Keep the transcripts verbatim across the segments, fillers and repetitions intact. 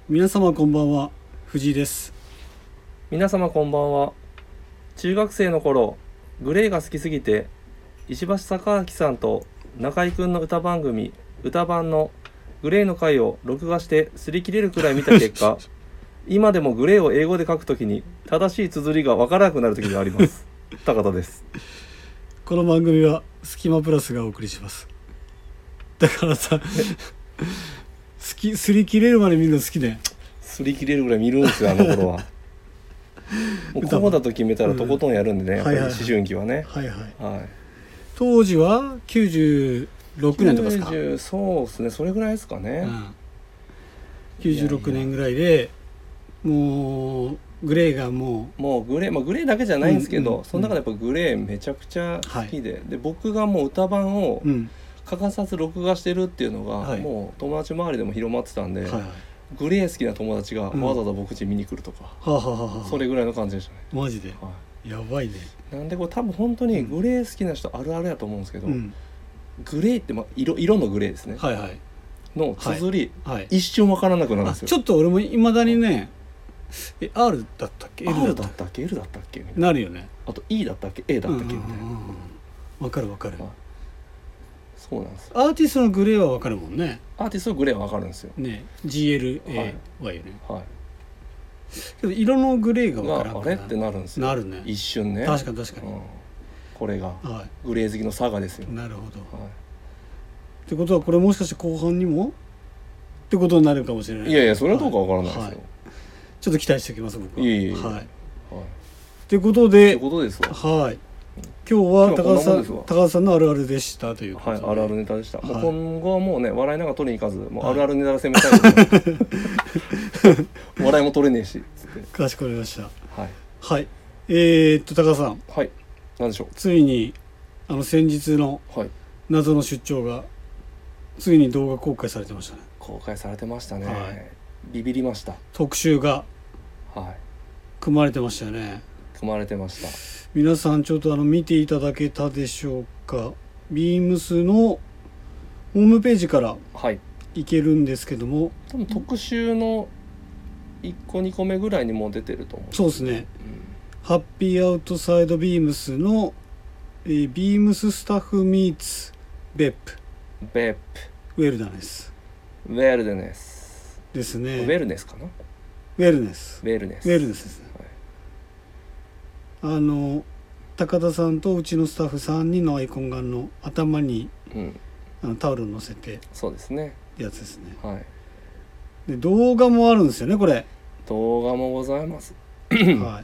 皆様こんばんは、藤井です。 皆様こんばんは。中学生の頃グレーが好きすぎて石橋貴明さんと中居くんの歌番組歌番のグレーの回を録画して擦り切れるくらい見た結果今でもグレーを英語で書くときに正しい綴りがわからなくなるときがあります高田です。 この番組はスキマプラスがお送りします。だからさ好き、擦り切れるまで見るの好きで擦り切れるぐらい見るんですよ、あの頃はもうここだと決めたらとことんやるんでね、うん、やっぱり思春期はね、 はいはい、 はい、 当時はきゅうじゅうろくねんとかですか。 きゅうじゅうそうですね、それぐらいですかね、うん、 きゅうじゅうろくねんぐらいでいやいやもうグレーがもうもうグレー、まあ、グレーだけじゃないんですけど、うんうん、その中でやっぱグレーめちゃくちゃ好きで、はい、で僕がもう歌番を欠かさず録画してるっていうのが、はい、もう友達周りでも広まってたんで、はいはい、グレー好きな友達がわざわざ僕家見に来るとか、うんはあはあはあ、それぐらいの感じでしたね。 マジで、はい、やばいね。 なんでこれ多分本当にグレー好きな人あるあるやと思うんですけど、うん、グレーって、まあ、色, 色のグレーですね、はいはい、の綴り、はいはい、一瞬分からなくなるんですよ。 ちょっと俺もいまだにね、え R だったっけ L だったっけ L だったっけみたいななるよね。 あと E だったっけ A だったっけみたいな。 分かる分かる。 そうなんですよ。 アーティストのグレーは分かるもんね。 アーティストのグレーは分かるんですよね。 ジーエルエーワイ よね、 はい、はい、 けど色のグレーが分からんあれってなるんですよ。 なるね、 一瞬ね。 確かに確かに、うん、 これがグレー好きの差がですよ。 なるほど、はい、ってことはこれもしかして後半にもってことになるかもしれない。 いやいや、それはどうか分からないですよ、はいはい、 ちょっと期待しておきます僕は。 いえいえいえ、 はい、 はい、 ということで、 ということですわ。 はい、今日は高田さん、高田さんのあるあるでしたということで、 はい、あるあるネタでした、はい、もう今後はもうね、笑いながら取りに行かず、もうあるあるネタで攻めたいので、はい、笑いも取れねえしつってかしこまりました。はい、はい、えー、っと高田さん、 はい、何でしょう。 ついにあの先日の謎の出張がついに動画公開されてましたね。 公開されてましたね、はい、ビビりました。 特集が組まれてましたよね。 組まれてました。 皆さんちょっとあの見ていただけたでしょうか。ビームスのホームページからいけるんですけども、はい、 多分特集のいっこにこめぐらいにもう出てると思う。 そうですね、うん、ハッピーアウトサイドビームスの、えー、ビームススタッフミーツベップベップウェルダネスウェルダネスですね。 ウェルネスかな。 ウェルネスウェルネスウェルネスですね、はい、あの高田さんとうちのスタッフさんにんのアイコンがの頭に、うん、あのタオルを乗せてそうですねやつですね。 はい、 で動画もあるんですよね。これ動画もございますはい、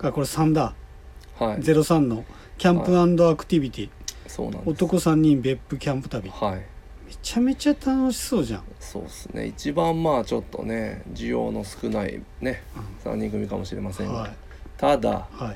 これさんだ、はい、ゼロさんのキャンプ&アクティビティ、はい、そうなんです。男さんにん別府キャンプ旅、はい、めちゃめちゃ楽しそうじゃん。 そうですね。一番まあちょっとね需要の少ないね、うん、さんにん組かもしれませんが、はい、ただ、はい、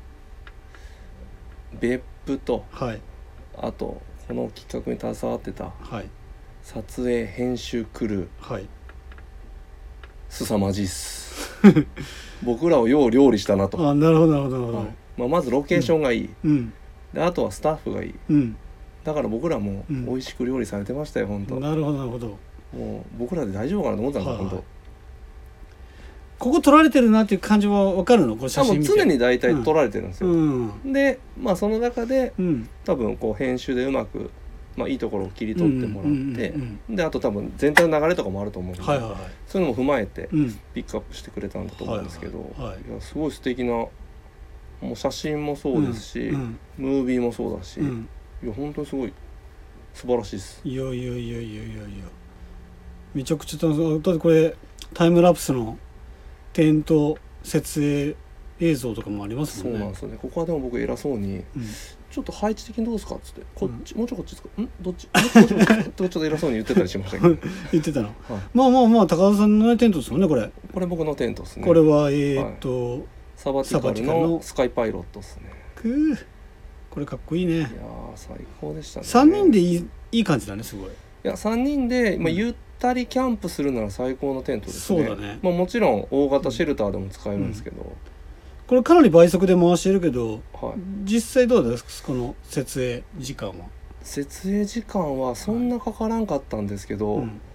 別府と、はい、あとこの企画に携わってた、はい、撮影編集クルー、はい、すさまじいっす僕らをよう料理したなと。 あ、なるほどなるほどなるほど、 はい、まあ、まずロケーションがいい、うん、であとはスタッフがいい、うん、だから僕らも美味しく料理されてましたよ、うん、本当。 なるほどなるほど。 もう僕らで大丈夫かなと思ってたんですよ、はい、本当。 ここ撮られてるなっていう感じは分かるの？これ写真見て。 多分常に大体撮られてるんですよ、 うん、 でまあその中で、うん、多分こう編集でうまく、まあ、いいところを切り取ってもらって、うんうんうんうん、であと多分全体の流れとかもあると思うので、はいはいはい、そういうのも踏まえてピックアップしてくれたんだと思うんですけど、はいはいはい、いやすごい素敵な、もう写真もそうですし、うんうん、ムービーもそうだし、うん、いや本当にすごい素晴らしいです。 いやいやいやいやいやいや、めちゃくちゃ楽しい。だってこれタイムラプスのテント設営映像とかもありますもんね。 そうなんですよね。ここはでも僕偉そうに、うん、ちょっと配置的にどうですかっつって、こっち、うん、もうちょいこっちですか、んどっちどっちどっちどっちとちょっと偉そうに言ってたりしましたけど言ってたの、はい、まあまあまあ高田さんの、ね、テントですもんねこれ。 これ僕のテントですね。 これはえー、っと、はい、 サバティカルのスカイパイロットですね。 くー、これかっこいいね。いや最高でしたね。 さんにんでいい、いい感じだね。すごい。いやさんにんで、まあ、ゆったりキャンプするなら最高のテントですね。 そうだね、 まあ、もちろん大型シェルターでも使えるんですけど、うんうん、 これかなり倍速で回してるけど、はい、実際どうですかこの設営時間は。 設営時間はそんなかからんかったんですけど、はい、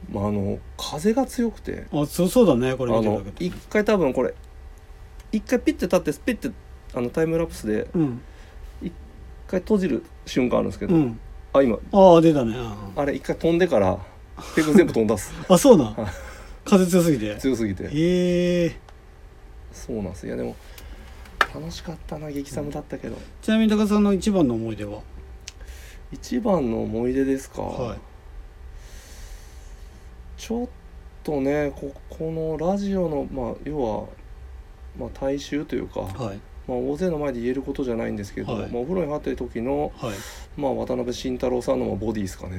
まあ、あの風が強くてあそうそうだねこれ見てるだけで一回多分これ一回ピッて立ってピッてあのタイムラプスで一回閉じる瞬間あるんですけど、うん、あ今あ出たねあれ一回飛んでから結構全部飛んだっすあそうなん風強すぎて強すぎてへえそうなんですいやでも楽しかったな激寒だったけど、うん、 ちなみに高さんの一番の思い出は一番の思い出ですか、はい、ちょっとね こ, このラジオの、まあ、要は、まあ、大衆というか、はいまあ、大勢の前で言えることじゃないんですけど、はいまあ、お風呂に入ってる時の、はいまあ、渡辺慎太郎さんのボディですかね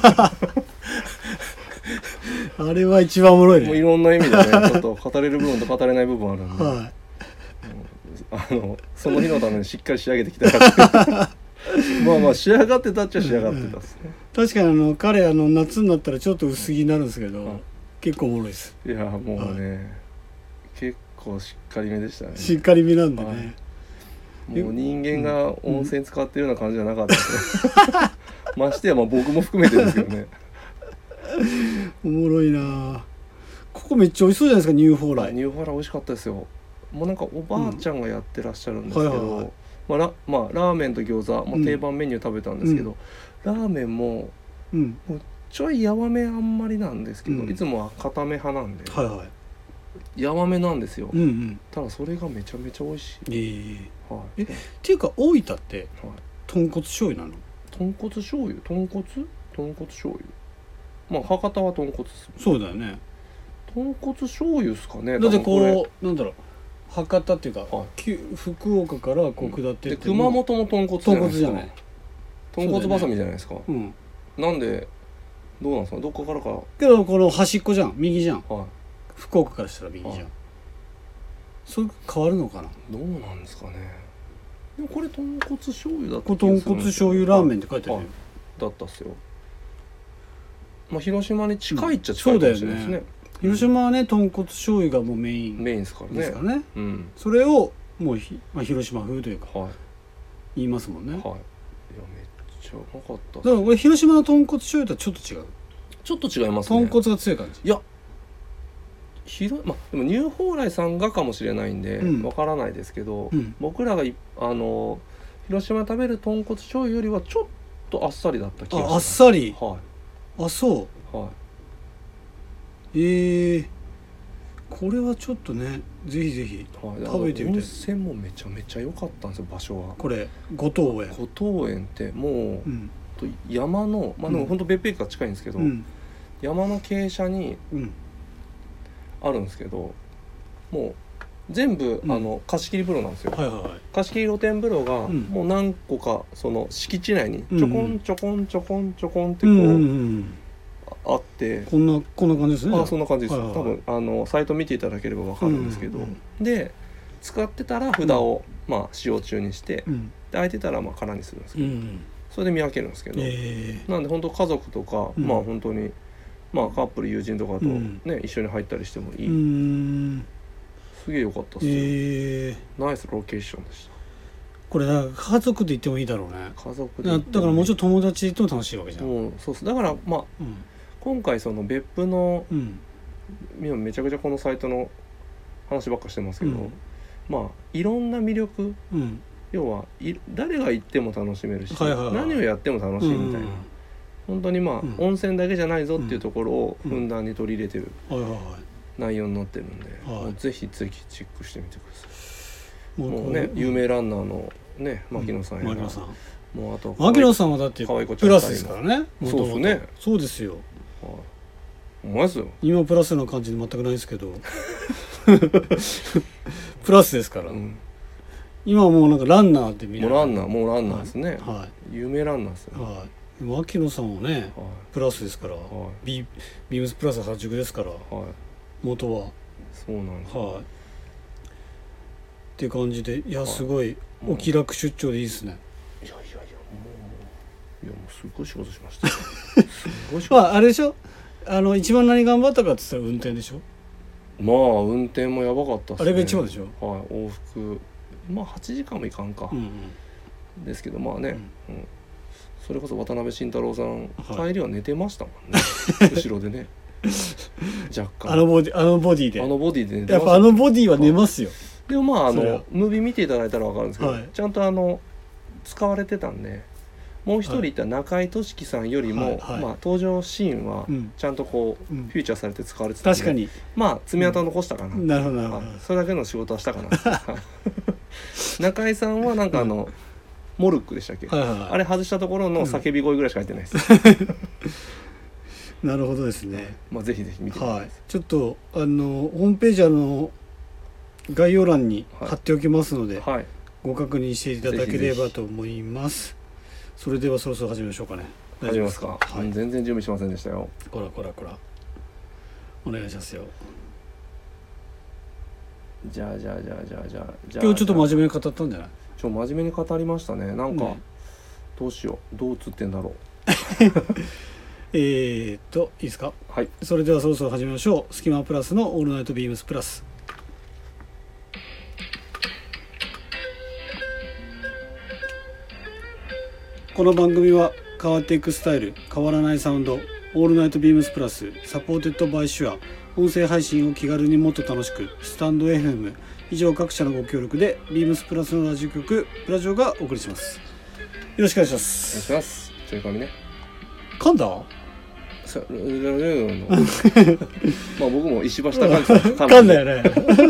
あれは一番おもろいねもういろんな意味でねちょっと語れる部分と語れない部分あるんで、はい、あのその日のためにしっかり仕上げてきたからまあまあ仕上がってたっちゃ仕上がってたっすね、 うん、確かにあの彼あの夏になったらちょっと薄着になるんですけど、うん、結構おもろいですいやもうね、はい、結構しっかりめでしたねしっかりめなんでね、 はい、もう人間が温泉使ってるような感じじゃなかったですね、うん、ましてやまあ僕も含めてですけどねおもろいなここめっちゃ美味しそうじゃないですかニューホーライニューホーライ美味しかったですよもうなんかおばあちゃんがやってらっしゃるんですけど、うんはいはいはいまあ ラ, まあ、ラーメンと餃子、まあ、定番メニュー食べたんですけど、うん、ラーメンも、うん、もうちょいやわめあんまりなんですけど、うん、いつもは固め派なんで、はいはい、やわめなんですよ、うんうん、ただそれがめちゃめちゃ美味しい、えーはい、えっていうか大分って、はい、豚骨醤油なの豚骨醤油豚骨豚骨醤油まあ博多は豚骨っすそうだよね豚骨醤油っすかねだってこうなんだろう博多っていうか、はい、福岡からこう下ってって、 うん、で熊本も豚骨じゃないですか豚骨バサミじゃないですか、うん、なんでどうなんですかどっかからかけどこの端っこじゃん右じゃん、はい、福岡からしたら右じゃん、はい、それ変わるのかなどうなんですかねでもこれ豚骨醤油だったこれ豚骨醤油ラーメンって書いてあるよ、はい、 だったっすよまあ広島に近いっちゃ近いかもしれないですね、うん広島はね豚骨醤油がもうメインメインですからねですからね、うん、それをもうひ、まあ、広島風というか、はい、言いますもんねはいいやめっちゃうまかっただからこれ広島の豚骨醤油とはちょっと違うちょっと違いますね豚骨が強い感じいや広まあでもニューホーライさんがかもしれないんでわ、うん、からないですけど、うん、僕らがいあの広島で食べる豚骨醤油よりはちょっとあっさりだった気がしますああっさりはいあそうはいえー、これはちょっとねぜひぜひ食べてみたい、 温泉もめちゃめちゃ良かったんですよ場所はこれ五島園五島園ってもう、うん、山のまあでも本当別府駅が近いんですけど、うん、山の傾斜にあるんですけど、うん、もう全部、うん、あの貸し切り風呂なんですよ、はいはいはい、貸し切り露天風呂が、うん、もう何個かその敷地内にちょこんちょこんちょこんちょこんってこう、うんうんうんあってこんなこんな感じですねあそんな感じです、はいはいはい、多分あのサイト見ていただければ分かるんですけど、うんうんうん、で使ってたら札を、うん、まあ使用中にして、うん、で空いてたらまあ空にするんですけど、うんうん、それで見分けるんですけど、えー、なんで本当家族とか、うん、まあ本当にまあカップル友人とかとね、うん、一緒に入ったりしてもいい、うん、すげえ良かったっすよ、えー、ナイスロケーションでしたこれだから家族で行ってもいいだろうね家族でだからもうちょっと友達と楽しいわけじゃんもうそうっすだからまあ、うん今回その別府の、うん、めちゃくちゃこのサイトの話ばっかしてますけど、うん、まあいろんな魅力、うん、要はい誰が行っても楽しめるし、はいはいはい、何をやっても楽しいみたいな、うん、本当にまあ、うん、温泉だけじゃないぞっていうところをふんだんに取り入れてる内容になってるんで、はいはい、ぜひぜひチェックしてみてください、はい、もうね有名ランナーのね牧野さんや牧野さんもうあと牧野さんはだってプラスですからねそうですねそうですよお前ですよ今プラスの感じで全くないですけどプラスですから、うん、今はもうなんかランナーってみんなもうランナーもうランナーですね、はい、有名ランナーですよ、 はい、牧野さんはね、はい、プラスですから、はい、ビ, ビームスプラスはちじゅうですから、はい、元はそうなんです、 はい、っていう感じでいやすごい、はい、お気楽出張でいいですねいやいやいやもういやもうすごい仕事しましたすごい仕事まああれでしょあの一番何頑張ったかって言ったら運転でしょまあ運転もやばかったっすねあれが一番でしょはい往復まあはちじかんもいかんか、うんうん、ですけどまあね、うんうん、それこそ渡辺慎太郎さん、はい、帰りは寝てましたもんね後ろでね若干あのボディあのボディであのボディで寝てます。やっぱあのボディは寝ますよ。 でもまああのムービー見ていただいたら分かるんですけど、はい、ちゃんとあの使われてたんで、もう一人いた中井俊樹さんよりも、はいはい、まあ、登場シーンはちゃんとこう、うん、フューチャーされて使われてたんで、 確かにまあ爪痕残したかな、 うん、なるほどなるほど、 それだけの仕事はしたかな中井さんはなんかあの、うん、モルックでしたっけ、はいはいはい、あれ外したところの叫び声ぐらいしか入ってないです、 うん、なるほどですね。 まあ、ぜひぜひ見てください、はい、 ちょっとあのホームページあの概要欄に貼っておきますので、はいはい、ご確認していただければと思います。ぜひぜひ。それではそろそろ始めましょうかね。 始めますか、はい、全然準備しませんでしたよ。 こらこらこらお願いしますよ。 じゃあじゃあじゃあじゃあじゃあ今日ちょっと真面目に語ったんじゃない？ ちょ真面目に語りましたね。なんか、ね、どうしよう、どう映ってんだろうえーっといいですか。 はい、 それではそろそろ始めましょう。スキマプラスのオールナイトビームスプラス。この番組は変わっていくスタイル、変わらないサウンド、オールナイトビームスプラス、サポーテッドバイシュア、音声配信を気軽にもっと楽しく、スタンド エフエム 以上各社のご協力でビームスプラスのラジオ局プラジオがお送りします。よろしくお願いします。 お願いします。ちょいかみね。 噛んだ？ さまあ僕も石橋貴明さん噛んだよね。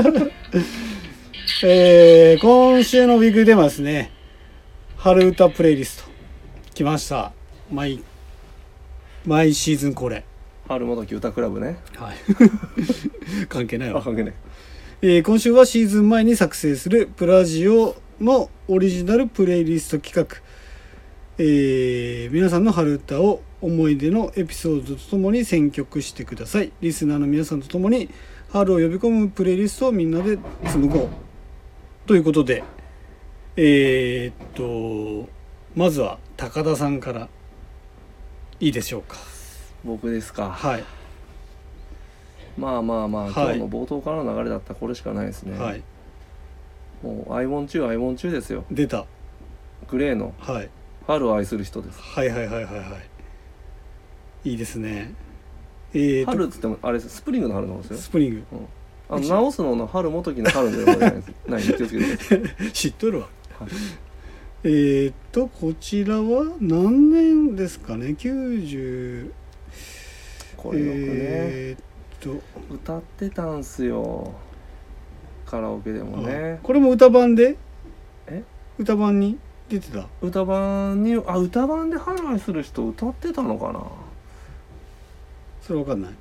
えー、今週のウィークテーマですね。春歌プレイリスト。来ました。毎毎シーズンこれ。 春もどき歌クラブね。 はい。関係ないわ。 あ、関係ない。 えー、今週はシーズン前に作成するプラジオのオリジナルプレイリスト企画。えー、皆さんの春歌を思い出のエピソードとともに選曲してください。リスナーの皆さんとともに春を呼び込むプレイリストをみんなで紡ごうということで、えー、っとまずは高田さんからいいでしょうか。 僕ですか。 はい。 まあまあまあ、はい、今日の冒頭からの流れだったらこれしかないですね。はい。もう I want you I want you ですよ。 出た。 グレーの春を愛する人です。 はいはいはいはいはい。いいですね。 えー、春っつってもあれスプリングの春の方ですよ。 スプリング。 うん、あの直すのの春元樹の春のじゃないです。ない気をつけてください。 知っとるわ。はい、えー、っとこちらは何年ですかね。きゅうじゅうこれよくね、 えー、っと歌ってたんすよ、カラオケでもね。 これも歌版でえ歌版に出てた。 歌版にあ歌版で春愛する人歌ってたのかな。 それわかんない。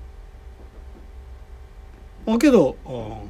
あけどあ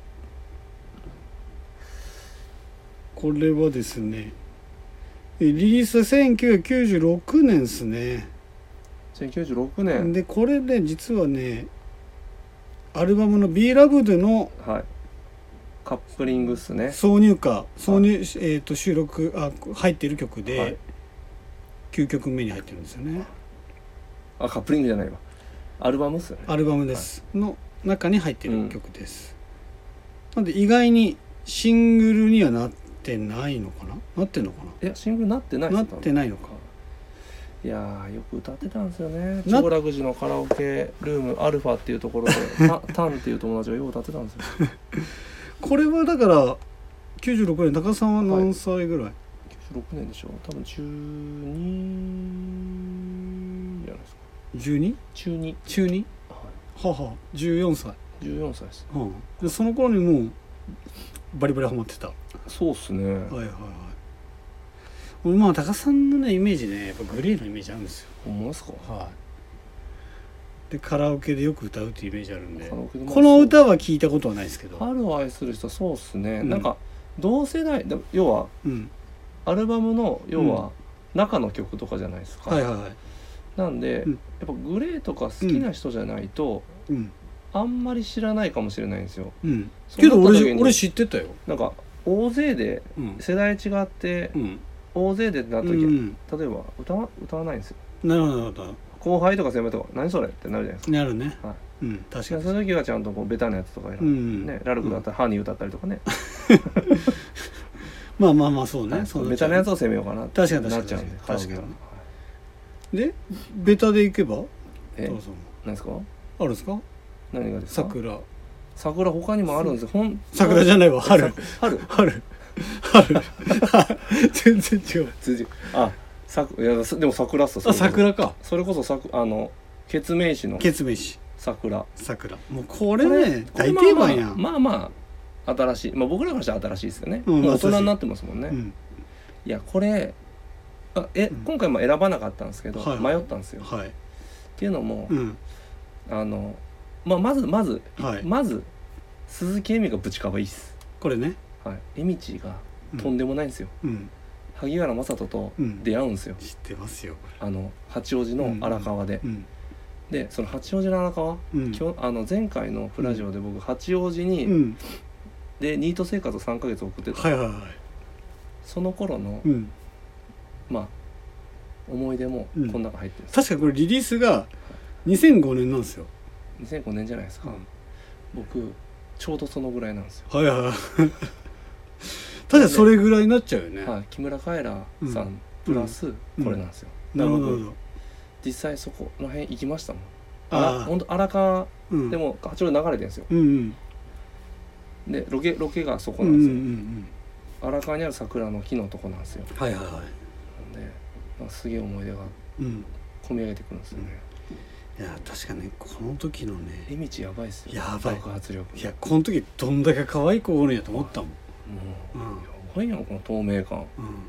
これはですねリリースはせんきゅうひゃくきゅうじゅうろくねんですね。 せんきゅうひゃくきゅうじゅうろくねんでこれね実はねアルバムの Be Loved の、 はい、カップリングっすね。 挿入歌挿入、はい、えー、と収録あ入ってる曲で、はい、きゅうきょくめに入ってるんですよね。 あカップリングじゃないわアルバムっすよね。 アルバムです、はい、の中に入ってる曲です、うん、なんで意外にシングルにはなってないのかな。なってんのかな。 いやシングルなってない。 なってないのか。 いやーよく歌ってたんですよね。長楽寺のカラオケルームアルファっていうところでタンっていう友達がよく歌ってたんですよ。 これはだからきゅうじゅうろくねん高さんは何歳ぐらい、はい、 きゅうじゅうろくねんでしょ。多分中にじゃないですか。 じゅうに？ 中に中に？はい、ははじゅうよんさい。 じゅうよんさいです、 はあ、でその頃にもうバリバリハマってた。 そうっすね。はいはいはい。 まあ高さんのねイメージねやっぱグレーのイメージあるんですよ。 思いますか。 はい。でカラオケでよく歌うっていうイメージあるんで、この歌は聞いたことはないですけど。 春を愛する人はそうっすね、うん、なんか同世代要は、うん、アルバムの要は中の曲とかじゃないですか、 うん、はいはいはい。 なんで、うん、やっぱグレーとか好きな人じゃないと、うん、あんまり知らないかもしれないんですよ、うん、 けど 俺, 俺知ってたよ。 なんか大勢で世代違って、うん、大勢でってなった時、うん、例えば歌わ、歌わないんですよ。 なるほどなるほど。 後輩とか先輩とか何それってなるじゃないですか。 なるね、 はい、 うん、確かに。 その時はちゃんとこうベタなやつとか選んで、うんね、ラルクだったらハニー歌ったりとかね、 うん、まあまあまあそうね、はい、 そベタなやつを攻めようかなって確かになっちゃうんで。 確かに確かに。でベタでいけばえ何ですか。 あるんですか？ 何がですか？ 桜。 桜他にもあるんですよ。ほん桜じゃないわ、春春春春全然違う。 全然あさいやでも桜っすあ桜か。 それこそさあのケツメイシのケツメイシ桜桜もうこれね大定番やん。 まあまあ、まあ、新しい、まあ、僕らからしたら新しいですよね、うん、もう大人になってますもんね、うん、いやこれあえ、うん、今回も選ばなかったんですけど、はいはい、迷ったんですよ、はい、っていうのも、うん、あの、まあ、まずまず、はい、まず鈴木恵美がぶちかわいいっすこれね、 はい、恵美ちがとんでもないんですよ、うん、萩原正人と出会うんですよ、 うん、知ってますよ。 あの八王子の荒川で、うんうん、でその八王子の荒川、うん、今日あの前回のプラジオで僕八王子に、うん、でニート生活をさんかげつ送ってた、はいはいはい、その頃の、うん、まあ思い出もこの中入ってるんです、 うん、確かこれリリースがにせんごねんなんですよ。 にせんごねんじゃないですか、うん、僕ちょうどそのぐらいなんですよ。 はいはいただそれぐらいになっちゃうよね、 はい、木村カエラさんプラスこれなんですよ、うんうん、なるほど。実際そこの辺行きましたもん。あほんと荒川でも八王子流れてるんですよ、うんうん、でロケロケがそこなんですよ、うんうんうん、荒川にある桜の木のとこなんですよ。はいはいはい。なんで、まあ、すげえ思い出が込み上げてくるんですよね、 うん、いや確かにこの時のね恵美ちやばいっすよ。 やばい爆発力。 いやこの時どんだけ可愛い子おるんやと思ったもん。もう、うん、やばいやんこの透明感、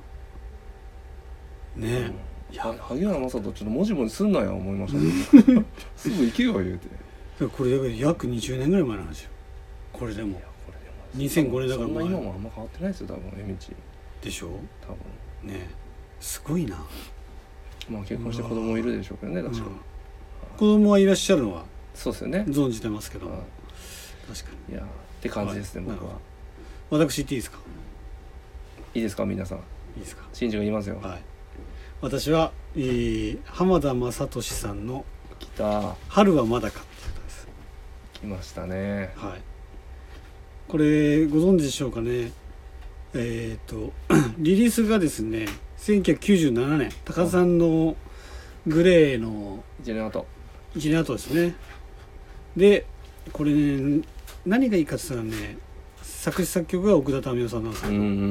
うん、ねえ、うん萩原正人ちょっと文字文字すんなよ思いましたねすぐ行けよ言うて。 これだけ約にじゅうねんぐらい前の話よこれでも。これでもにせんごねんだからそんな今もあんま変わってないですよ多分恵美ちでしょ多分ね。すごいな。 まあ結婚して子供いるでしょうけどね確かに、うん、 子供はいらっしゃるのはそうですよね存じてますけど、確かにいやって感じですね、はい、僕は。 私言っていいですか？ いいですか皆さん。いいですか？ 新庄が言いますよ。はい。 私は、えー、浜田雅俊さんの来た春はまだかっていう歌です。 来ましたね。 はい。これご存知でしょうかね。えっ、ー、とリリースがですねせんきゅうひゃくきゅうじゅうななねん高田さんのグレーのいちねんあといちねんあとですね。でこれね何がいいかって言ったらね作詞作曲が奥田民生さんなんですけど、うんうんうん、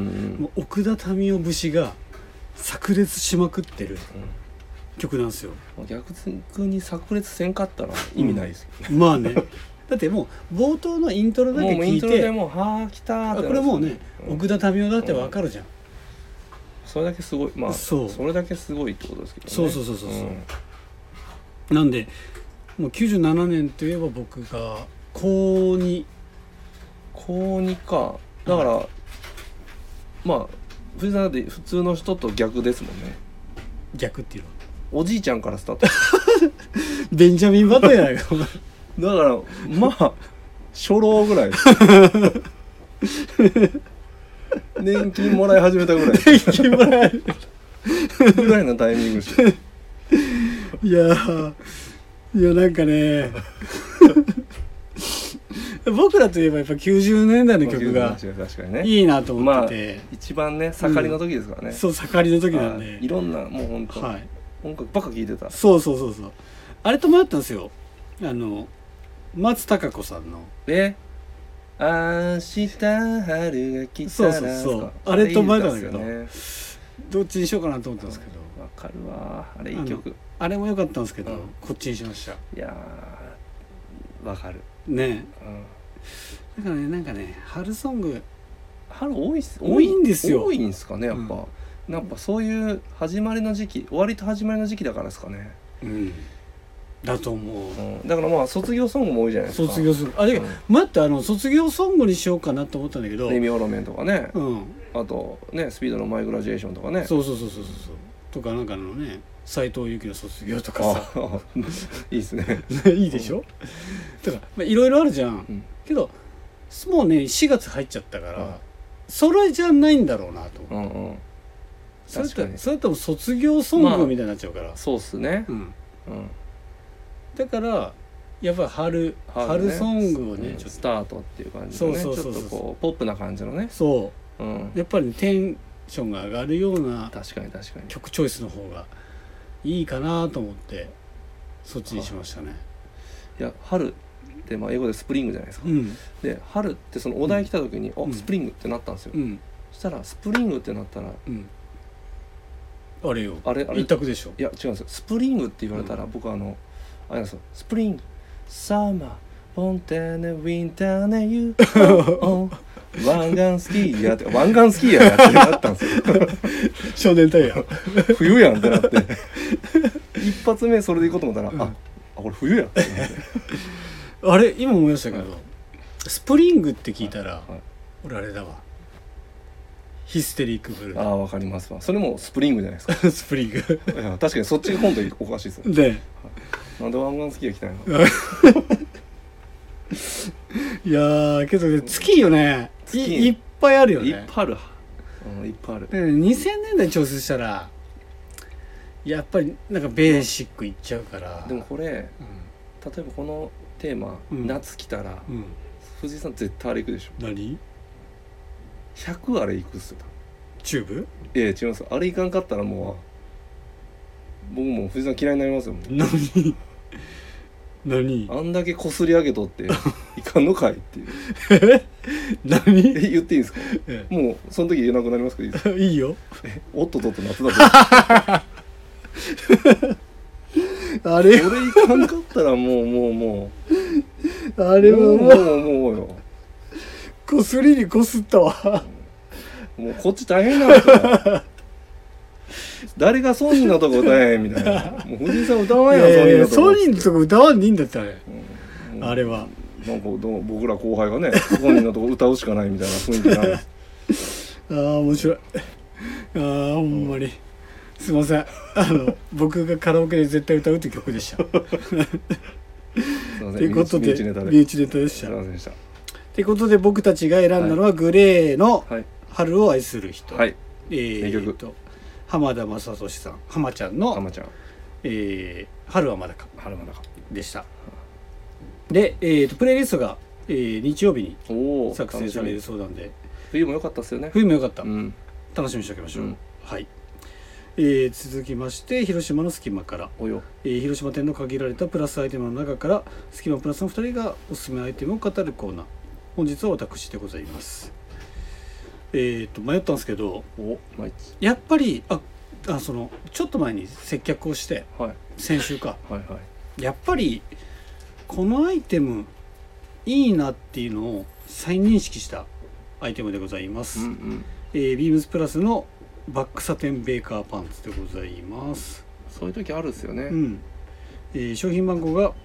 もう奥田民生節が炸裂しまくってる曲なんですよ、 うん、逆に炸裂せんかったら意味ないですよね、 うん、まあねだってもう冒頭のイントロだけ聞いてもうイントロでもうはあ来たーってこれもうね、うん、奥田民生だってわかるじゃん、うん、 それだけすごいまあそうそれだけすごいってことですけどね。 そうそうそうそう、うん、なんでもうきゅうじゅうななねんといえば僕がこうにこうにかだから、うん、まあ藤田って普通の人と逆ですもんね。 逆っていうのおじいちゃんからスタートベンジャミン・バトンやないかだからまあ初老ぐらい年金もらい始めたぐらい年金もらいぐらいのタイミングしいやいやなんかね僕らといえばやっぱきゅうじゅうねんだいの曲がいいなと思ってて、 まあ、一番ね盛りの時ですからね、 うん、そう盛りの時なんでいろんなもう本当、はい、音楽ばっか聴いてた。 そうそうそうそうあれと迷ったんですよあの松たか子さんのえ明日春が来たらそうそうそうあれと迷ったんだけど、ね、どっちにしようかなと思ったんですけどわかるわあれいい曲あ, あれも良かったんですけど、うん、こっちにしました。 いやわかるねえ、うん、だからねなんかね春ソング春多いっす多いんですよ。 多いんですかねやっぱ、うん、なんかそういう始まりの時期終わりと始まりの時期だからですかね。 うんだと思う、 うん、だからまあ卒業ソングも多いじゃないですか。 卒業ソングあれ、うん、待ってあの卒業ソングにしようかなと思ったんだけどレミオロメンとかね、 うん、 あとねスピードのマイグラジュエーションとかねそうそうそうそうそうとかなんかのね斉藤由貴の卒業とかさいいですねいいでしょだからいろいろあるじゃん、うん、けどもうねしがつ入っちゃったから、うん、それじゃないんだろうなと思って、うんうん、それとそれとも卒業ソングみたいになっちゃうから、まあ、 そうっすね、うんうん、 だからやっぱり春春、ね、ソングをね、うん、ちょっとスタートっていう感じのねちょっとこうポップな感じのねそう、うん、やっぱり、ね、テンションが上がるような確かに確かに曲チョイスの方がいいかなと思ってそっちにしましたね。 いや春ってまあ英語でスプリングじゃないですか、 うん、 で春ってそのお題来た時に、うん、あスプリングってなったんですよ、うん、そしたらスプリングってなったら、うん、 あれよあれあれ一択でしょ。 いや違うんですよ。スプリングって言われたら、うん、僕はあのあれなんですよ、スプリングサマーフォンテーネウィンターネユー湾岸スキーヤーって湾岸スキーヤーやってなったんですよ少年隊や冬やんってなって一発目それでいこうと思ったら、うん、ああこれ冬やってあれ今思いましたけど、はい、スプリングって聞いたら、はいはい、俺あれだわヒステリックブルー。 ああわかりますわ。それもスプリングじゃないですかスプリングいや確かにそっちが本当におかしいですよね。 で、はい、 なんで湾岸スキーヤー来たんやいやーけどね月いいよね。 い, いっぱいあるよね。 いっぱいある、うん、いっぱいある。 にせんねんだい調整したらやっぱりなんかベーシックいっちゃうから。 でもこれ、うん、例えばこのテーマ、うん、夏来たら、うん、藤井さん絶対あれ行くでしょ。 何ひゃくあれ行くっすよ。 チューブ？ いや違います。あれ行かんかったらもう僕も藤井さん嫌いになりますよ。 何何あんだけこすり上げとっていかんのかいっていう何え言っていいんですか、ええ、もうその時言えなくなりますけどいいですか？ いいよ。 えおっとっとっと夏だぞあれ俺いかんかったらもうもうもうあれはもうもうもうよこすりにこすったわもうこっち大変なんですよ誰がソニーのとこ歌えみたいなもう藤井さん歌わんやん、 ソニーのとこソニーのとこ歌わんでいいんだってあれ、うん、あれはなんか僕ら後輩がねソニーのとこ歌うしかないみたいな雰囲気なんですああ面白い。ああほんまにすいませんあの僕がカラオケで絶対歌うって曲でしたということで身内ネタで身内ネタでした。 すいませんでした。 ということで僕たちが選んだのは、はい、グレーの春を愛する人、 はい、 えー、と浜田雅俊さん浜ちゃんの浜ちゃん、 えー、春はまだか春はまだかでした。で、えー、とプレイリストが、えー、日曜日に作成されるそうなんで冬も良かったですよね。 冬も良かった、うん、楽しみにしておきましょう、うん、はい。えー、続きまして広島の隙間から、 およ、 えー、広島店の限られたプラスアイテムの中から隙間プラスのふたりがおすすめアイテムを語るコーナー、本日は私でございます。えー、と迷ったんですけどおやっぱりああそのちょっと前に接客をして、はい、先週か、 はいはい、 やっぱりこのアイテムいいなっていうのを再認識したアイテムでございます、うんうん、えー、ビームスプラスのバックサテンベーカーパンツでございます。 そういう時あるっすよね、 うん、えー、商品番号が、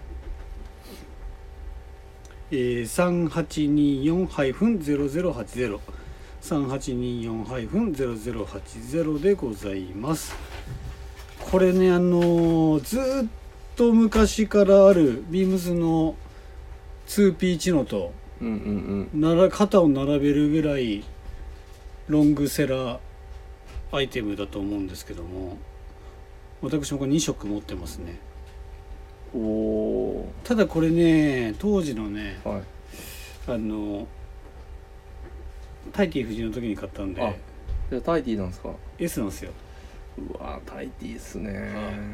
えー、さんはちによん ゼロゼロはちゼロ さんはちによん ゼロゼロはちゼロでございます。これねあのー、ずっと昔からあるビームスの ツーピー チノと、 うんうんうん、 なら肩を並べるぐらいロングセラーアイテムだと思うんですけども、私もこれに色持ってますね。 おただこれね当時のね、 はい、 あのタイティー夫人の時に買ったんで。 あ、じゃあタイティーなんですか？ S なんですよ。 うわタイティーっすね。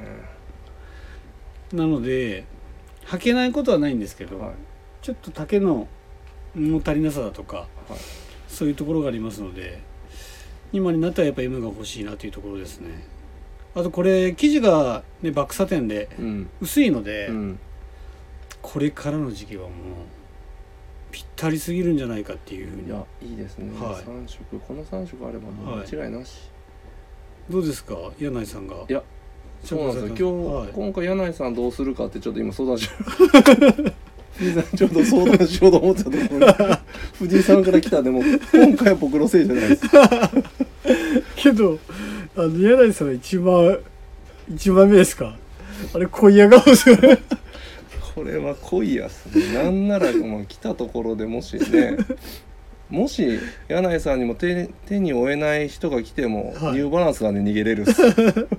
なので履けないことはないんですけど、はい、ちょっと丈の物足りなさだとか、はい、そういうところがありますので今になったらやっぱ エム が欲しいなというところですね。あとこれ生地が、ね、バックサテンで薄いので、うん、これからの時期はもうぴったりすぎるんじゃないかっていうふうに。 いやいいですね、はい、さん色このさん色あればもう間違いなし、はい、どうですか柳井さんが。 いやそうなんですよ今日、はい、今回柳井さんどうするかってちょっと今相談しよう藤井さんちょうど相談しようと思ってたところに藤井さんから来たでも今回は僕のせいじゃないですけどあの柳井さんは一番一番目ですか？あれ濃いや顔するこれは濃いやつね。なんならもう来たところでもしねもし柳井さんにも 手, 手に負えない人が来ても、はい、ニューバランスがね逃げれるっす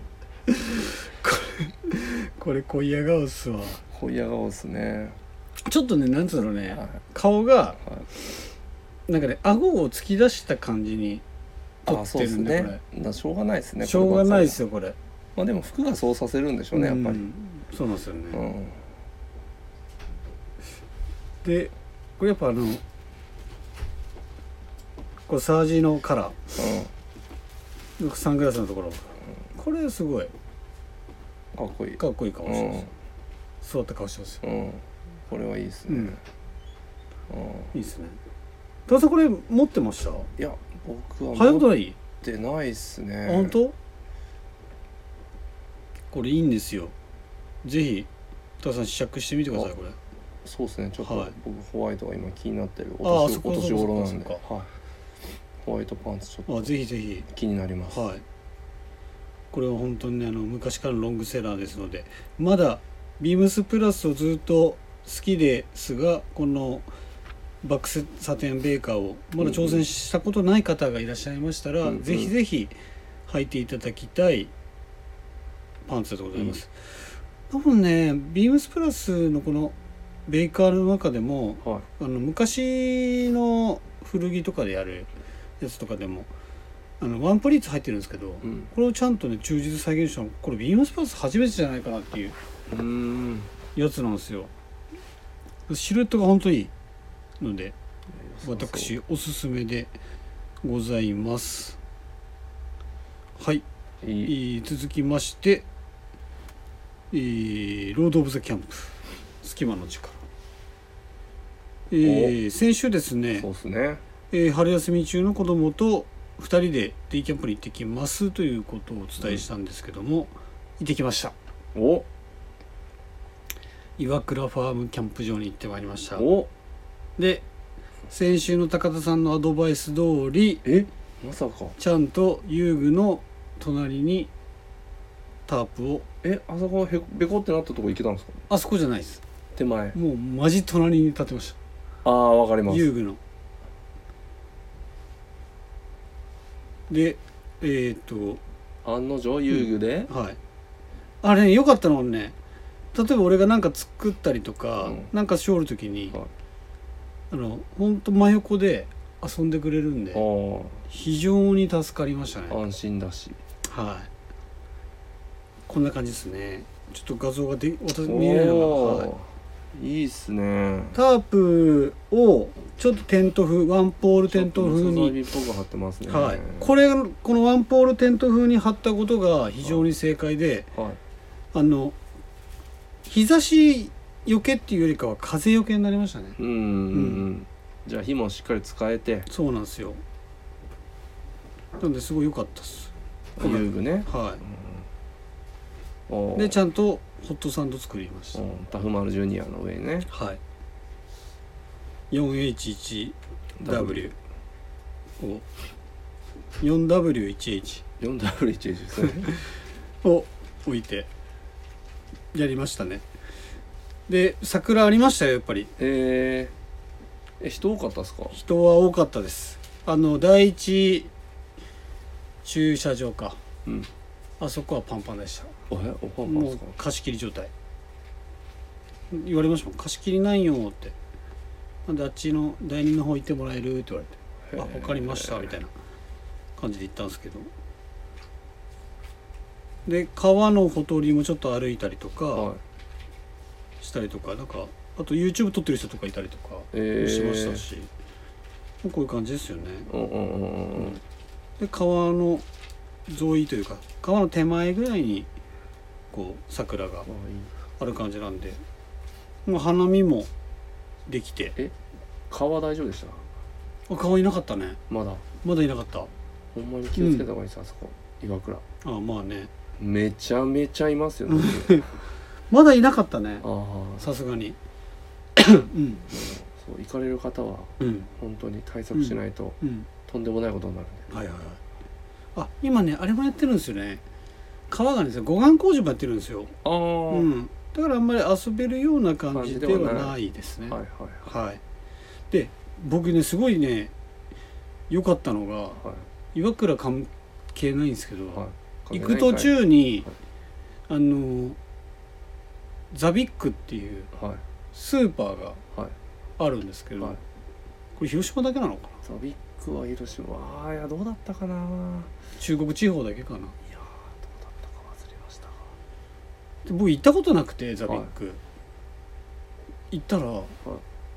これ濃いや顔っすわ。 濃いや顔っすね。 ちょっとねなんつうのね、はい、顔が、はい、なんかね顎を突き出した感じに撮ってるんで、 あ、そうですね、これしょうがないですね。 しょうがないですよこれ。 まあでも服がそうさせるんでしょうねやっぱり、うん、 そうなんですよね、 でこれやっぱあのこれサージのカラー、うん、サングラスのところ、うん、これすごいかっこいいかっこいい顔してます、うん、座った顔してますよ、うん、 これはいいですね、うん、 いいですね。田さんこれ持ってました？いや僕は持ってないっすね。 本当？これいいんですよ。ぜひ田さん試着してみてください。これそうですね。ちょっと、はい、僕ホワイトが今気になってる。 ああ、そこそこ頃なんで、はい、ホワイトパンツちょっとあぜひぜひ気になります。 はい。これは本当にねあの昔からのロングセラーですので、まだビームスプラスをずっと好きですが、このバックスサテンベーカーをまだ挑戦したことない方がいらっしゃいましたら、うんうん、ぜひぜひ履いていただきたいパンツでございます、うん、多分ねビームスプラスのこのベーカーの中でも、はい、あの昔の古着とかでやるやつとかでもあのワンプリーツ入ってるんですけど、うん、これをちゃんとね忠実再現したのこれビームスプラス初めてじゃないかなっていうやつなんですよ。シルエットが本当にいいので私おすすめでございます。はい、いい続きまして、えー、ロード・オブ・ザ・キャンプ隙間の力、えー、先週ですね、 そうですね、 えー、春休み中の子供とふたりでデイキャンプに行ってきますということをお伝えしたんですけども、うん、行ってきました。 お岩倉ファームキャンプ場に行ってまいりました。 おで先週の高田さんのアドバイス通りえまさかちゃんと遊具の隣にタープをえあそこへべこってなったとこ行けたんですか？ あそこじゃないです。 手前もうマジ隣に立ってました。 ああわかります。 遊具のでえー、っと案の定遊具で、 うん、はいあれね良かったのはね例えば俺が何か作ったりとか、うん、なんかしおるときに、はい、あの本当真横で遊んでくれるんで非常に助かりましたね。 安心だしはいこんな感じですね。ちょっと画像がで私見えないのが、はい、 いいっすね。 タープをちょっとテント風ワンポールテント風にっぽく貼ってますね、 はい、これこのワンポールテント風に貼ったことが非常に正解で、はいはい、あの日差しよけっていうよりかは風よけになりましたね。 うん、うん、じゃあ火もしっかり使えて。 そうなんですよ。なんですごい良かったです。 遊具ね。 はい、うん、でちゃんとホットサンド作りました。 タフマルジュニアの上にね。 はい よんエイチいちダブリュー を よんダブリューいちエイチよんダブリューいちエイチ ですねを置いてやりましたね。で桜ありましたよやっぱり。 えー、え人多かったですか？ 人は多かったです。あの第一駐車場か、うん、あそこはパンパンでした。 おえおパンパンですか？ もう貸し切り状態言われましたもん。貸し切りないよって。なんであっちの第二の方行ってもらえるって言われて、あ分かりましたみたいな感じで行ったんですけど、で川のほとりもちょっと歩いたりとか、はい、したりとかなんかあと YouTube 撮ってる人とかいたりとかしましたし、えー、こういう感じですよね。うんうんうんうん、で川の沿いというか川の手前ぐらいにこう桜がある感じなんで、もう花見もできて。 え川大丈夫でした？ あ川いなかったね。 まだまだいなかった。 ほんまに気をつけた方がいいです、うん、あそこ岩倉。 ああまあねめちゃめちゃいますよねまだいなかったねさすがにうん、 そう行かれる方は、うん、本当に対策しないと、うん、とんでもないことになるんで、はいはいはい、 あ今ねあれもやってるんですよね。川がね護岸工事もやってるんですよ。あ、うん、だからあんまり遊べるような感じではないですね。はいはいはい、で僕ねすごいね良かったのが、はい、岩倉関係ないんですけど、はい、行く途中に、はい、あのザビックっていうスーパーがあるんですけど、はい、これ広島だけなのかな。 ザビックは広島、ああいやどうだったかな。 中国地方だけかな。いやどうだったか忘れました。 で僕行ったことなくてザビック、はい、行ったら、はい、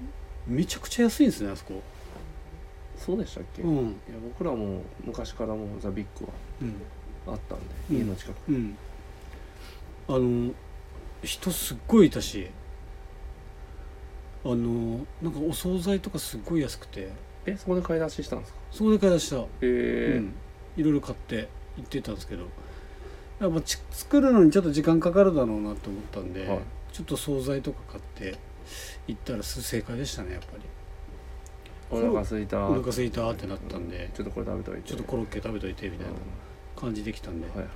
めちゃくちゃ安いんですねあそこ。 そうでしたっけ、 うん、いや僕らも昔からもうザ・ビッグはあったんで、うん、家の近く、 うん、あの人すっごいいたし、あのなんかお惣菜とかすっごい安くて。 えそこで買い出ししたんですか？ そこで買い出した。 へえ、 うん、いろいろ買って行ってたんですけど、やっぱち作るのにちょっと時間かかるだろうなと思ったんで、はい、ちょっと惣菜とか買って行ったら正解でしたねやっぱり。 お腹空いたお腹空いたってなったんで、 ちょっとこれ食べといて、 ちょっとコロッケ食べといてみたいな感じできたんで、 はいはい、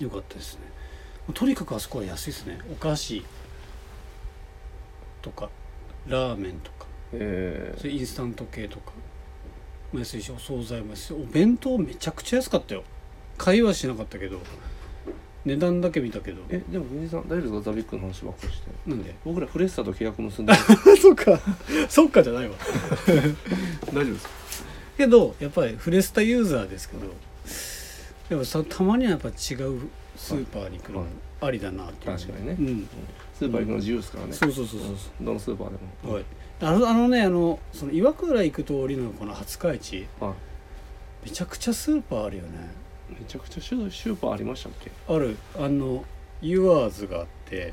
よかったですね。とにかくあそこは安いですね。お菓子とかラーメンとか、 えー、 それインスタント系とかも安いし、お惣菜も安い。お弁当めちゃくちゃ安かったよ。買いはしなかったけど値段だけ見たけど。 えでも藤井さん大丈夫ですか？ザビッグの話ばっかりして。 なんで？ 僕らフレッサと契約結んでるそっかそっかじゃないわ大丈夫ですか？ けどやっぱりフレスタユーザーですけど、でもさたまにはやっぱ違うスーパーに行くのありだなっていう、 確かにね、 うん、 スーパー行くの自由ですからね、うん、 そうそうそうそう、 どのスーパーでも、 はい、あの、あのねあのその岩倉行く通りのこの廿日市、はい、めちゃくちゃスーパーあるよね。 めちゃくちゃシューパーありましたっけ？ ある。あのユアーズがあって、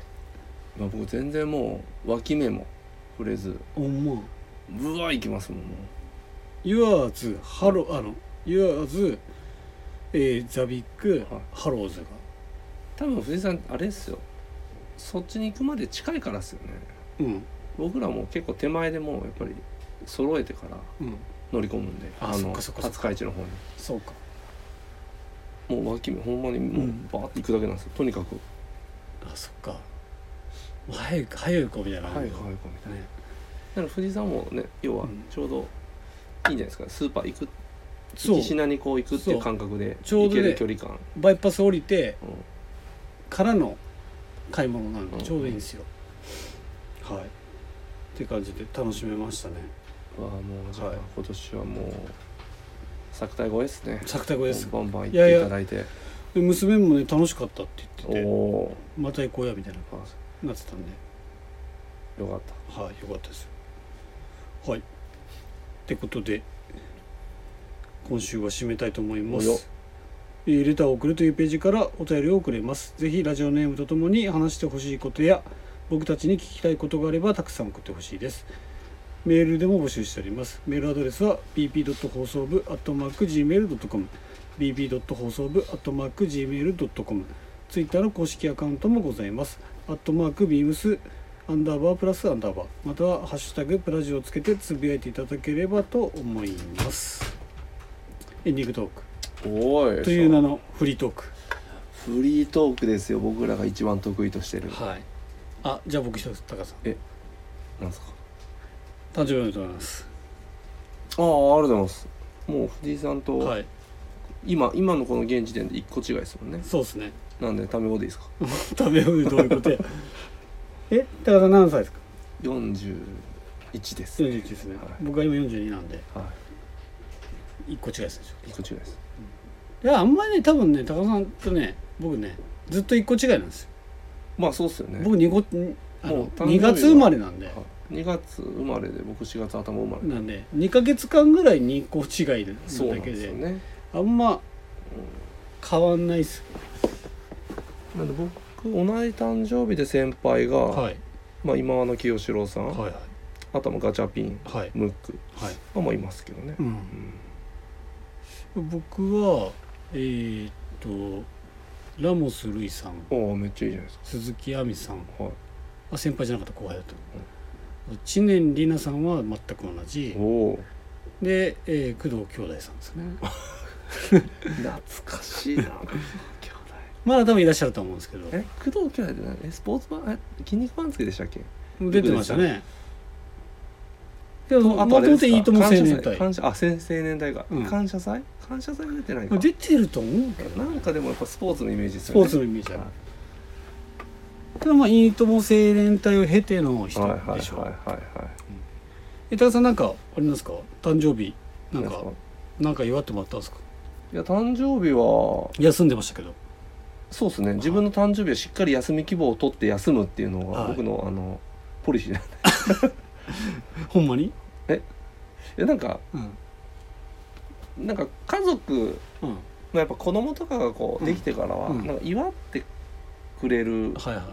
まあ、僕全然もう脇目も触れずおまぶわ行きますもん。もうユアーズハロあのユアーズ、えー、ザビック、はい、ハローズが多分藤井さんあれですよ、そっちに行くまで近いからですよね。うん、僕らも結構手前でもうやっぱり揃えてから乗り込むんで、うん、あの廿日市の方に。 そうか、 もう脇目ほんまにもうバーって行くだけなんですよ、とにかく。 あ、そっか、早く早くみたいな、 早く早くみたいな、ね、だから藤井さんもね、要はちょうどいいんじゃないですか、スーパー行く、一品にこう行くっていう感覚で行ける距離感、 バイパス降りて、うん、からの買い物なんでちょうどいいんですよ、うん、はいって感じで楽しめましたね。 わあ、もうじゃあ、はい、今年はもう作体越えですね。 作体越えです。 バンバン行っていただいて。いやいや、娘もね楽しかったって言ってて、 おまた行こうやみたいななってたんで、 よかった。 はい、よかったです。はい。ってことで今週は締めたいと思います。レターを送るというページからお便りを送れます。ぜひラジオネームとともに話してほしいことや僕たちに聞きたいことがあればたくさん送ってほしいです。メールでも募集しております。メールアドレスは ビーピー 放送部 アットマーク ジーメール ドットコム ビーピー 放送部 アットマーク ジーメール ドットコム。 ツイッターの公式アカウントもございます。アットマークビームスアンダーバープラスアンダーバー、またはハッシュタグプラジオをつけてつぶやいていただければと思います。エンディングトークおいという名のフリートーク。 フリートークですよ、僕らが一番得意としてる。 はい。あ、じゃあ僕一つ、高さん。 え、なんですか？ 誕生日おめでとうございます。 ああ、ありがとうございます。もう藤井さんと、 はい、 今今のこの現時点で一個違いですもんね。 そうですね。 なんでタメ語でいいですか？ タメ語でどういうことやえ、高田さん何歳ですか？ よんじゅういちです。 よんじゅういちですね、はい、僕は今よんじゅうになんで、はい、いっこ違いですね。 いっこ違いです、 うん、いや、あんまりね、多分ね、高田さんとね、僕ねずっといっこ違いなんですよ。 まあそうっすよね。 僕 2, 個あのにがつ生まれなんで、 にがつ生まれで僕しがつ頭生まれなんでにかげつかんぐらいにこ違いなだけで、そうなんですよね、あんま変わんないっす。 なんで僕同じ誕生日で先輩が、はい、まあ、今和の清志郎さん、はいはい、あとはガチャピン、はい、ムック、はい、まあまあいますけどね、うんうん、僕はえー、っとラモスルイさん、 おめっちゃいいじゃないですか。 鈴木亜美さん、はい、あ、先輩じゃなかった後輩だった、うん、知念里奈さんは全く同じで、えー、工藤兄弟さんですね懐かしいなまだ多分いらっしゃると思うんですけど。 え、工藤兄弟って何？え、スポーツバン、え、筋肉番付でしたっけ？ 出てましたね。でももともといいとも青年隊、 感謝、あ、青年隊が、うん、感謝祭？感謝祭は出てないか。 出てると思うけど、 なんかでもやっぱスポーツのイメージですよね。 スポーツのイメージある。ただまあいいとも青年隊を経ての人でしょう。はいはいはいはい、はい。え、高田さんなんかありますか？誕生日なんかなんか祝ってもらったんですか？ いや、誕生日は休んでましたけど。 そうですね、自分の誕生日はしっかり休み希望を取って休むっていうのが僕のあのポリシーなんでほんまにええなんか、 うん、 なんか家族、うんまあ、やっぱ子供とかがこうできてからは、うん、なんか祝ってくれる、はいはい、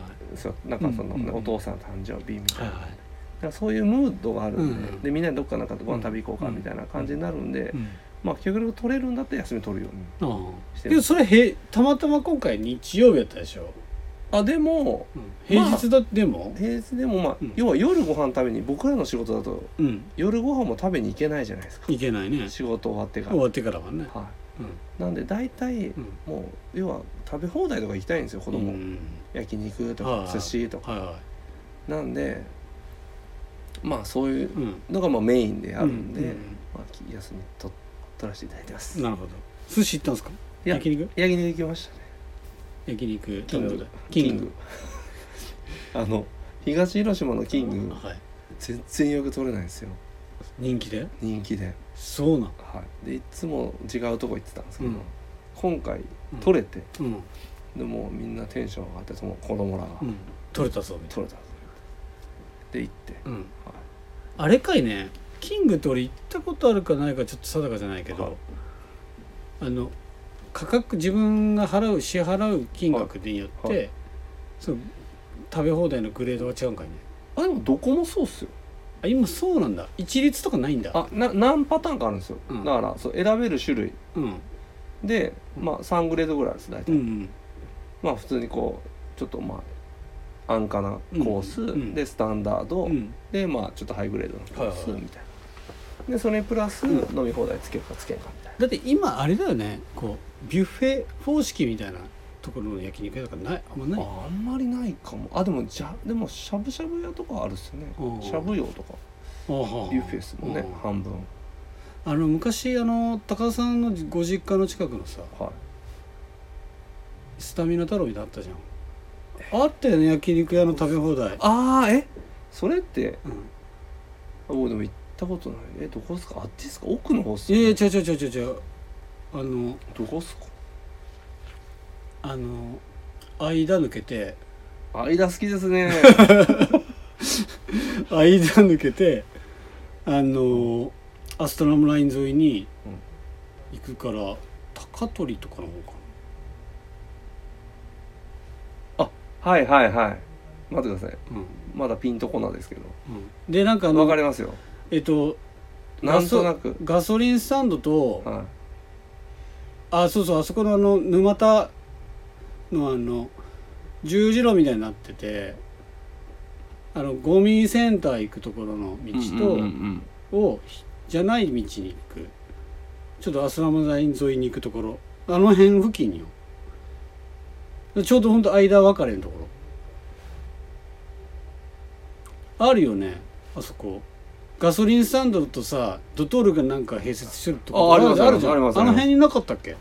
なんかその、うんうん、お父さん誕生日みたいな、はいはい、だからそういうムードがあるんで、うん、でみんなでどっかなんかご飯食べ行こうかみたいな感じになるんで、うんうん、まあ極力取れるんだったら休み取るようにしてる。 でもそれへたまたま今回日曜日やったでしょ。 あでも、 うん、平日だっても、 まあ、平日でもまあ、うん、要は夜ご飯食べに僕らの仕事だと、うん、夜ご飯も食べに行けないじゃないですか。 行けないね。 仕事終わってから終わってからはね、 はい、うん、なんで大体、うん、もう要は食べ放題とか行きたいんですよ子供、うん、焼肉とか寿司とか、はいはい、なんでまあそういうのがまあメインであるんで、うんうんうん、まあ、休みと取らせていただいてます。 なるほど。寿司行ったんですか？焼肉？ 焼肉行きましたね。 焼肉キングキングあの東広島のキング、はい、全然予約取れないんですよ。 人気で人気でそうなん、 はい、でいつも違うとこ行ってたんですけど、うん、今回取れて、うん、でもうみんなテンション上がってその子供らが、うん、 取れたぞみたいな取れたぞで行って、うん、はい、 あれかいね、キングって俺行ったことあるかないかちょっと定かじゃないけど、はい、あの価格自分が払う支払う金額によって、はいはい、その食べ放題のグレードが違うんかいね。 あでもどこもそうっすよ。 あ今そうなんだ。一律とかないんだ。 あな何パターンかあるんですよ、うん、だからそう選べる種類、うん、でまあさんグレードぐらいです大体、うんうん、まあ普通にこうちょっとまあ安価なコース、うん、でスタンダード、うん、でまあちょっとハイグレードのコースみたいな、はいはい、でそれプラス飲み放題つけるかつけんかみたいな。 だって今あれだよね、こうビュッフェ方式みたいなところの焼肉屋とかないあんまない。 ああんまりないかも。あでもじゃでもしゃぶしゃぶ屋とかあるっすよね。しゃぶ用とかビュッフェですもんね半分。 あの昔あの高田さんのご実家の近くのさ、はい、スタミナ太郎みたいなのあったじゃん。あったよね焼肉屋の食べ放題。 ああえそれって、うん、あ僕でも行ったことない。えどこですか？あっちですか？奥の方っすか？ いやいや違う違う違う違うあのどこっすか？ あの間抜けて間好きですね間抜けてあのアストラムライン沿いに行くから、うん、高取とかの方かな。あはいはいはい待ってください、うん、まだピンとこないですけど、 うん、でなんかあの分かりますよ。 えっとなんとなくガソリンスタンドと、はい、あそうそうあそこのあの沼田のあの十字路みたいになっててあのゴミセンター行くところの道と、うんうんうん、をじゃない道に行くちょっとアスラムライン沿いに行くところあの辺付近よちょうどほんと間分かれのところあるよねあそこ。ガソリンスタンドとさドトールがなんか併設してるとこあありますあるじゃん。 ありますあの辺になかったっけ？